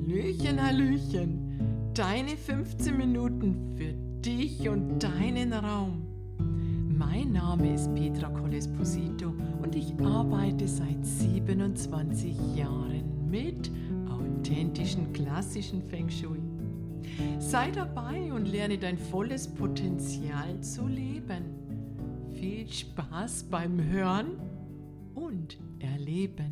Hallöchen, Hallöchen, deine 15 Minuten für dich und deinen Raum. Mein Name ist Petra Colesposito und ich arbeite seit 27 Jahren mit authentischen klassischen Feng Shui. Sei dabei und lerne dein volles Potenzial zu leben. Viel Spaß beim Hören und Erleben.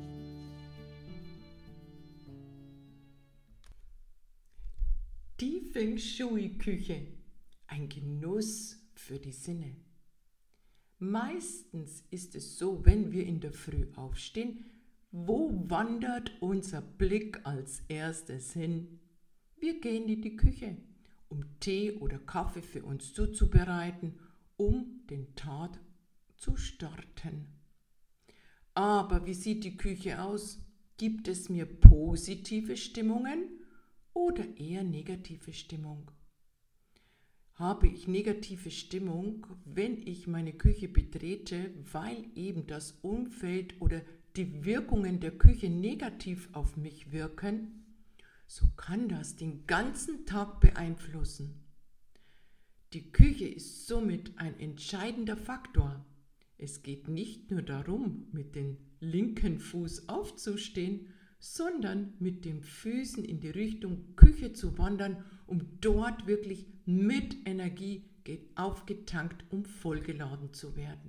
Die Feng Shui-Küche, ein Genuss für die Sinne. Meistens ist es so, wenn wir in der Früh aufstehen, wo wandert unser Blick als erstes hin? Wir gehen in die Küche, um Tee oder Kaffee für uns zuzubereiten, um den Tag zu starten. Aber wie sieht die Küche aus? Gibt es mir positive Stimmungen oder eher negative Stimmung? Habe ich negative Stimmung, wenn ich meine Küche betrete, weil eben das Umfeld oder die Wirkungen der Küche negativ auf mich wirken? So kann das den ganzen Tag beeinflussen. Die Küche ist somit ein entscheidender Faktor. Es geht nicht nur darum, mit dem linken Fuß aufzustehen, sondern mit den Füßen in die Richtung Küche zu wandern, um dort wirklich mit Energie aufgetankt, um vollgeladen zu werden.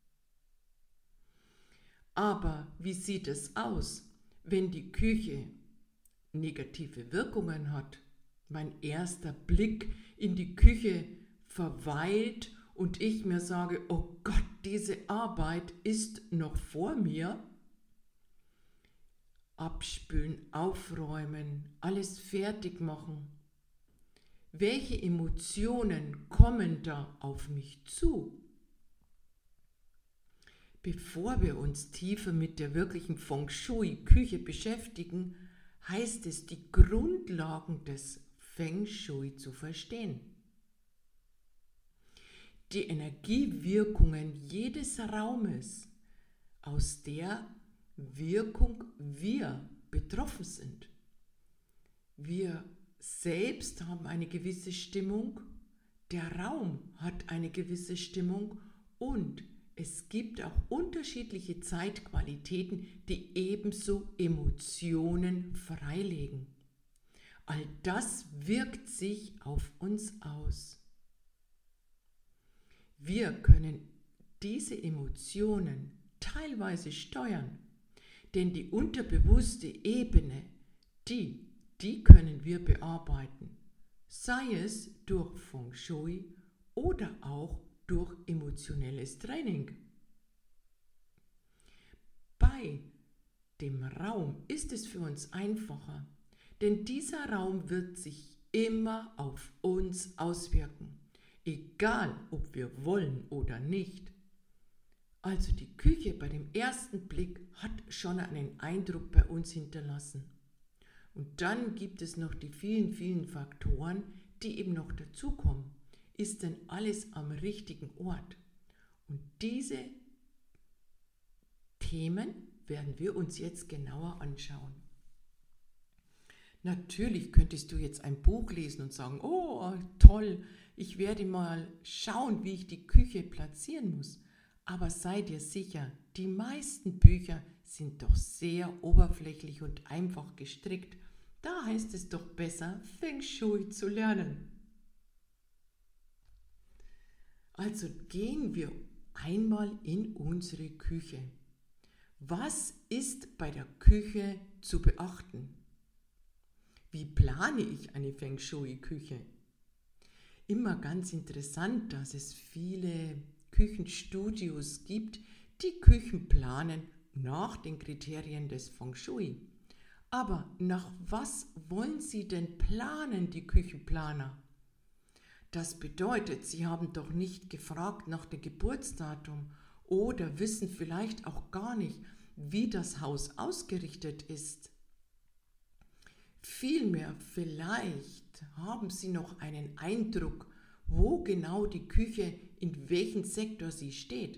Aber wie sieht es aus, wenn die Küche negative Wirkungen hat? Mein erster Blick in die Küche verweilt und ich mir sage, oh Gott, diese Arbeit ist noch vor mir. Abspülen, aufräumen, alles fertig machen. Welche Emotionen kommen da auf mich zu? Bevor wir uns tiefer mit der wirklichen Feng Shui-Küche beschäftigen, heißt es, die Grundlagen des Feng Shui zu verstehen. Die Energiewirkungen jedes Raumes, aus der Wirkung wir betroffen sind. Wir selbst haben eine gewisse Stimmung, der Raum hat eine gewisse Stimmung und es gibt auch unterschiedliche Zeitqualitäten, die ebenso Emotionen freilegen. All das wirkt sich auf uns aus. Wir können diese Emotionen teilweise steuern, denn die unterbewusste Ebene, die können wir bearbeiten, sei es durch Feng Shui oder auch durch emotionelles Training. Bei dem Raum ist es für uns einfacher, denn dieser Raum wird sich immer auf uns auswirken, egal ob wir wollen oder nicht. Also die Küche bei dem ersten Blick hat schon einen Eindruck bei uns hinterlassen. Und dann gibt es noch die vielen, vielen Faktoren, die eben noch dazukommen. Ist denn alles am richtigen Ort? Und diese Themen werden wir uns jetzt genauer anschauen. Natürlich könntest du jetzt ein Buch lesen und sagen, oh toll, ich werde mal schauen, wie ich die Küche platzieren muss. Aber sei dir sicher, die meisten Bücher sind doch sehr oberflächlich und einfach gestrickt. Da heißt es doch besser, Feng Shui zu lernen. Also gehen wir einmal in unsere Küche. Was ist bei der Küche zu beachten? Wie plane ich eine Feng Shui-Küche? Immer ganz interessant, dass es viele Küchenstudios gibt, die Küchen planen nach den Kriterien des Feng Shui. Aber nach was wollen Sie denn planen, die Küchenplaner? Das bedeutet, Sie haben doch nicht gefragt nach dem Geburtsdatum oder wissen vielleicht auch gar nicht, wie das Haus ausgerichtet ist. Vielmehr vielleicht haben Sie noch einen Eindruck, wo genau die Küche in welchem Sektor sie steht.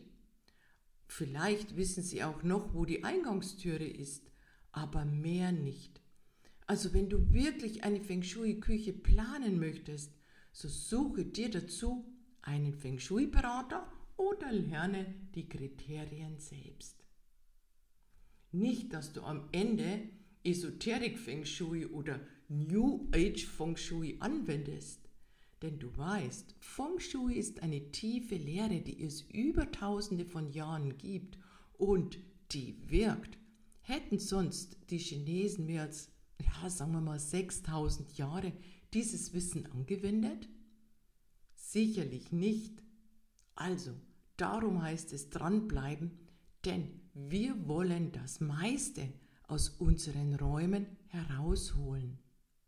Vielleicht wissen Sie auch noch, wo die Eingangstüre ist, aber mehr nicht. Also wenn du wirklich eine Feng Shui-Küche planen möchtest, so suche dir dazu einen Feng Shui-Berater oder lerne die Kriterien selbst. Nicht, dass du am Ende Esoterik Feng Shui oder New Age Feng Shui anwendest. Denn du weißt, Feng Shui ist eine tiefe Lehre, die es über tausende von Jahren gibt und die wirkt. Hätten sonst die Chinesen mehr als, sagen wir mal 6000 Jahre dieses Wissen angewendet? Sicherlich nicht. Also, darum heißt es dranbleiben, denn wir wollen das meiste aus unseren Räumen herausholen.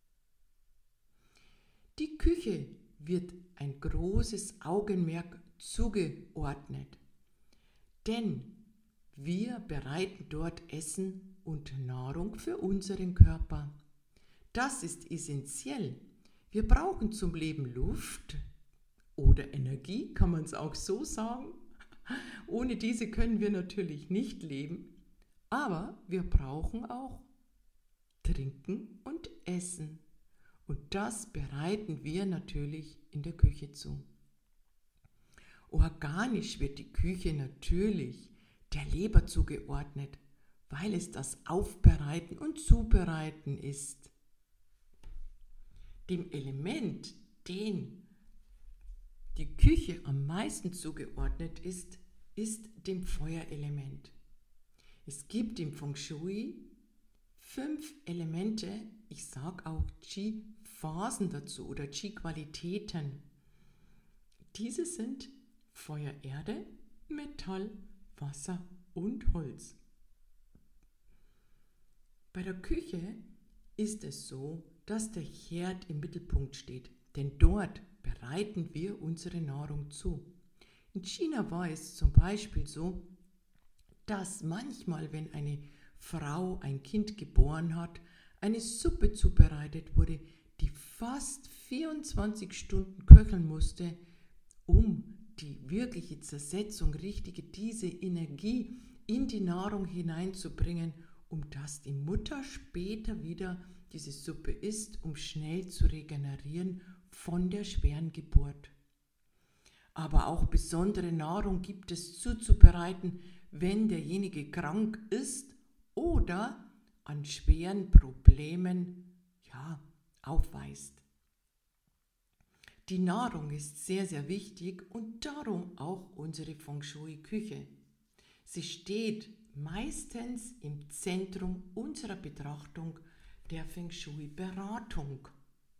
Die Küche wird ein großes Augenmerk zugeordnet, denn wir bereiten dort Essen und Nahrung für unseren Körper. Das ist essentiell. Wir brauchen zum Leben Luft oder Energie, kann man es auch so sagen. Ohne diese können wir natürlich nicht leben, aber wir brauchen auch Trinken und Essen. Und das bereiten wir natürlich in der Küche zu. Organisch wird die Küche natürlich der Leber zugeordnet, weil es das Aufbereiten und Zubereiten ist. Dem Element, dem die Küche am meisten zugeordnet ist, ist dem Feuerelement. Es gibt im Feng Shui 5 Elemente, ich sage auch Qi-Phasen dazu oder Qi-Qualitäten. Diese sind Feuer, Erde, Metall, Wasser und Holz. Bei der Küche ist es so, dass der Herd im Mittelpunkt steht, denn dort bereiten wir unsere Nahrung zu. In China war es zum Beispiel so, dass manchmal, wenn eine Frau ein Kind geboren hat, eine Suppe zubereitet wurde, die fast 24 Stunden köcheln musste, um die wirkliche Zersetzung, diese Energie in die Nahrung hineinzubringen, um dass die Mutter später wieder diese Suppe isst, um schnell zu regenerieren von der schweren Geburt. Aber auch besondere Nahrung gibt es zuzubereiten, wenn derjenige krank ist oder an schweren Problemen aufweist. Die Nahrung ist sehr, sehr wichtig und darum auch unsere Feng Shui-Küche. Sie steht meistens im Zentrum unserer Betrachtung der Feng Shui-Beratung.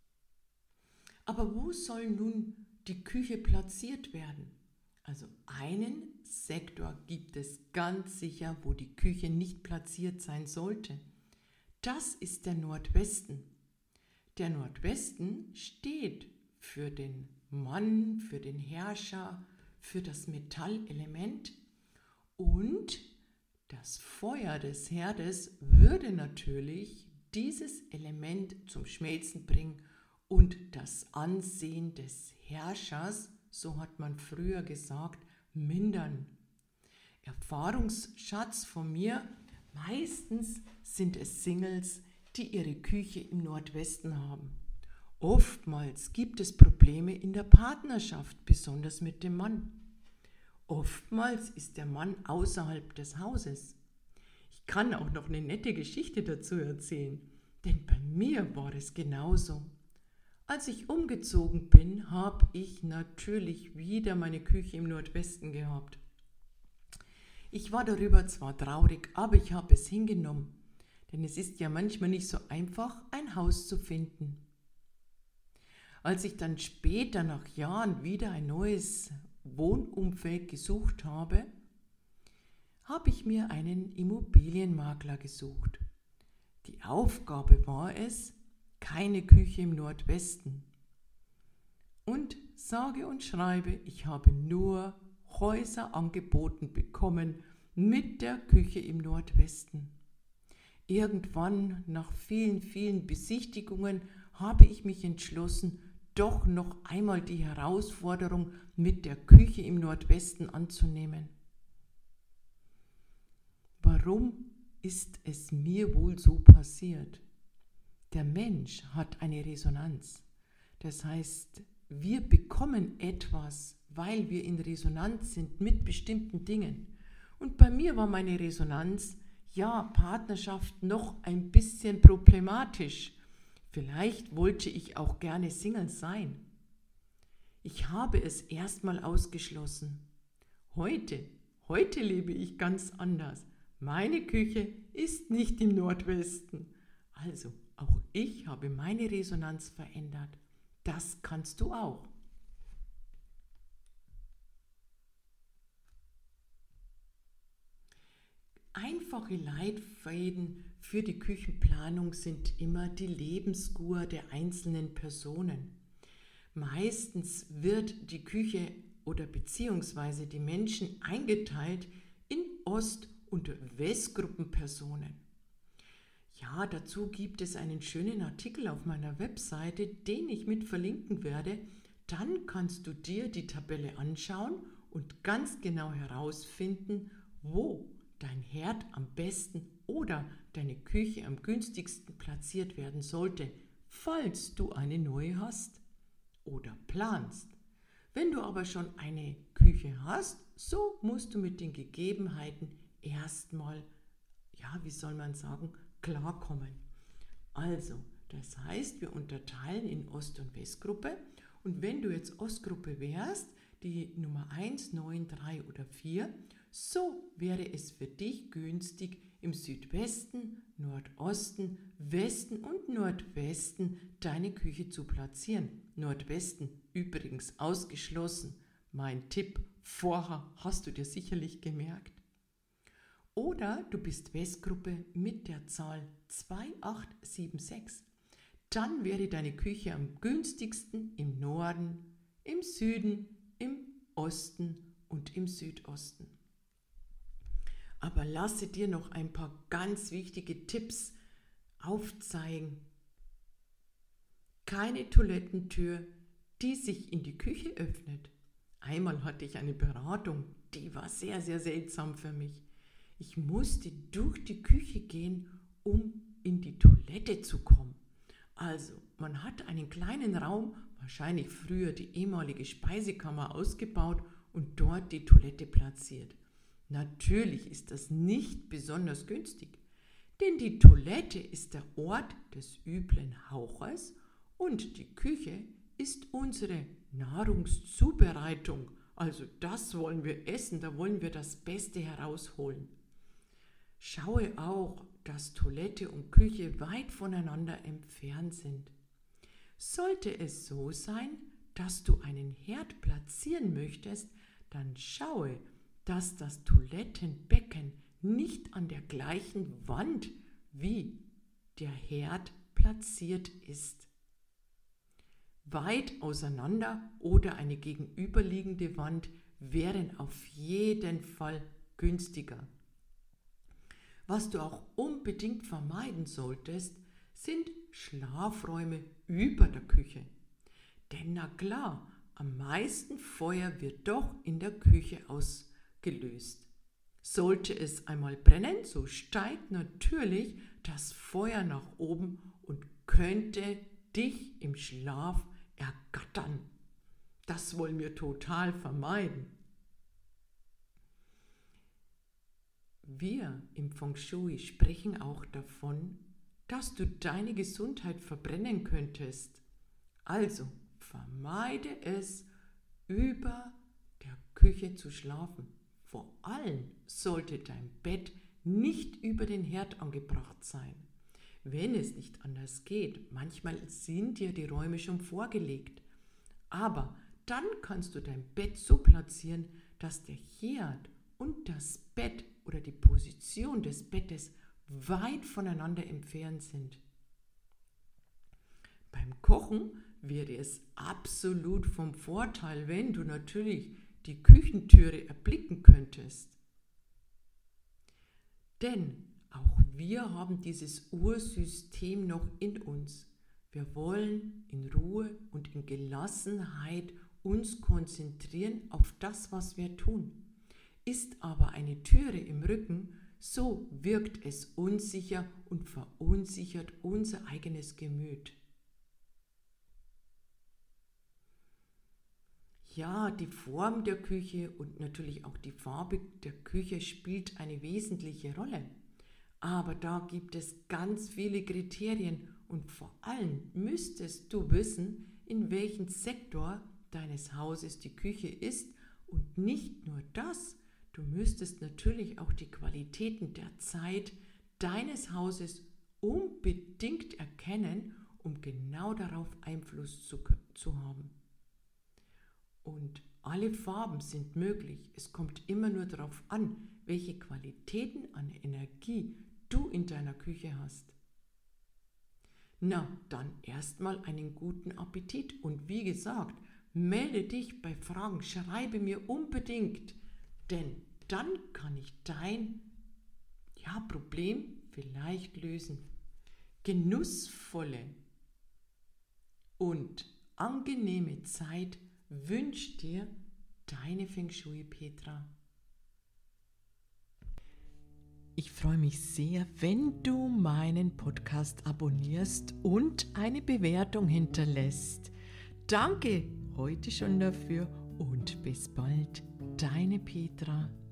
Aber wo soll nun die Küche platziert werden? Also einen Sektor gibt es ganz sicher, wo die Küche nicht platziert sein sollte. Das ist der Nordwesten. Der Nordwesten steht für den Mann, für den Herrscher, für das Metallelement und das Feuer des Herdes würde natürlich dieses Element zum Schmelzen bringen und das Ansehen des Herrschers, so hat man früher gesagt, mindern. Erfahrungsschatz von mir, meistens sind es Singles, die ihre Küche im Nordwesten haben. Oftmals gibt es Probleme in der Partnerschaft, besonders mit dem Mann. Oftmals ist der Mann außerhalb des Hauses. Ich kann auch noch eine nette Geschichte dazu erzählen, denn bei mir war es genauso. Als ich umgezogen bin, habe ich natürlich wieder meine Küche im Nordwesten gehabt. Ich war darüber zwar traurig, aber ich habe es hingenommen, denn es ist ja manchmal nicht so einfach, ein Haus zu finden. Als ich dann später nach Jahren wieder ein neues Wohnumfeld gesucht habe, habe ich mir einen Immobilienmakler gesucht. Die Aufgabe war es, keine Küche im Nordwesten. Und sage und schreibe, ich habe nur Häuser angeboten bekommen mit der Küche im Nordwesten. Irgendwann, nach vielen, vielen Besichtigungen, habe ich mich entschlossen, doch noch einmal die Herausforderung mit der Küche im Nordwesten anzunehmen. Warum ist es mir wohl so passiert? Der Mensch hat eine Resonanz. Das heißt, wir bekommen etwas, weil wir in Resonanz sind mit bestimmten Dingen. Und bei mir war meine Resonanz, ja, Partnerschaft noch ein bisschen problematisch. Vielleicht wollte ich auch gerne Single sein. Ich habe es erstmal ausgeschlossen. Heute lebe ich ganz anders. Meine Küche ist nicht im Nordwesten. Also, auch ich habe meine Resonanz verändert. Das kannst du auch. Einfache Leitfäden für die Küchenplanung sind immer die Lebenskur der einzelnen Personen. Meistens wird die Küche oder beziehungsweise die Menschen eingeteilt in Ost- und Westgruppenpersonen. Ja, dazu gibt es einen schönen Artikel auf meiner Webseite, den ich mit verlinken werde. Dann kannst du dir die Tabelle anschauen und ganz genau herausfinden, wo dein Herd am besten oder deine Küche am günstigsten platziert werden sollte, falls du eine neue hast oder planst. Wenn du aber schon eine Küche hast, so musst du mit den Gegebenheiten erstmal, klarkommen. Also, das heißt, wir unterteilen in Ost- und Westgruppe und wenn du jetzt Ostgruppe wärst, die Nummer 1, 9, 3 oder 4, so wäre es für dich günstig, im Südwesten, Nordosten, Westen und Nordwesten deine Küche zu platzieren. Nordwesten übrigens ausgeschlossen. Mein Tipp vorher hast du dir sicherlich gemerkt. Oder du bist Westgruppe mit der Zahl 2876. Dann wäre deine Küche am günstigsten im Norden, im Süden, im Osten und im Südosten. Aber lasse dir noch ein paar ganz wichtige Tipps aufzeigen. Keine Toilettentür, die sich in die Küche öffnet. Einmal hatte ich eine Beratung, die war sehr, sehr seltsam für mich. Ich musste durch die Küche gehen, um in die Toilette zu kommen. Also, man hat einen kleinen Raum, wahrscheinlich früher die ehemalige Speisekammer ausgebaut und dort die Toilette platziert. Natürlich ist das nicht besonders günstig, denn die Toilette ist der Ort des üblen Hauches und die Küche ist unsere Nahrungszubereitung. Also das wollen wir essen, da wollen wir das Beste herausholen. Schaue auch, dass Toilette und Küche weit voneinander entfernt sind. Sollte es so sein, dass du einen Herd platzieren möchtest, dann schaue, dass das Toilettenbecken nicht an der gleichen Wand wie der Herd platziert ist. Weit auseinander oder eine gegenüberliegende Wand wären auf jeden Fall günstiger. Was du auch unbedingt vermeiden solltest, sind Schlafräume über der Küche. Denn na klar, am meisten Feuer wird doch in der Küche ausgelöst. Sollte es einmal brennen, so steigt natürlich das Feuer nach oben und könnte dich im Schlaf ergattern. Das wollen wir total vermeiden. Wir im Feng Shui sprechen auch davon, dass du deine Gesundheit verbrennen könntest. Also vermeide es, über der Küche zu schlafen. Vor allem sollte dein Bett nicht über den Herd angebracht sein. Wenn es nicht anders geht, manchmal sind dir die Räume schon vorgelegt. Aber dann kannst du dein Bett so platzieren, dass der Herd und das Bett oder die Position des Bettes weit voneinander entfernt sind. Beim Kochen wäre es absolut vom Vorteil, wenn du natürlich die Küchentüre erblicken könntest. Denn auch wir haben dieses Ursystem noch in uns. Wir wollen in Ruhe und in Gelassenheit uns konzentrieren auf das, was wir tun. Ist aber eine Türe im Rücken, so wirkt es unsicher und verunsichert unser eigenes Gemüt. Ja, die Form der Küche und natürlich auch die Farbe der Küche spielt eine wesentliche Rolle. Aber da gibt es ganz viele Kriterien und vor allem müsstest du wissen, in welchem Sektor deines Hauses die Küche ist und nicht nur das, du müsstest natürlich auch die Qualitäten der Zeit deines Hauses unbedingt erkennen, um genau darauf Einfluss zu haben. Und alle Farben sind möglich. Es kommt immer nur darauf an, welche Qualitäten an Energie du in deiner Küche hast. Na, dann erstmal einen guten Appetit und wie gesagt, melde dich bei Fragen, schreibe mir unbedingt, denn dann kann ich dein Problem vielleicht lösen. Genussvolle und angenehme Zeit wünscht dir deine Feng Shui Petra. Ich freue mich sehr, wenn du meinen Podcast abonnierst und eine Bewertung hinterlässt. Danke heute schon dafür und bis bald, deine Petra.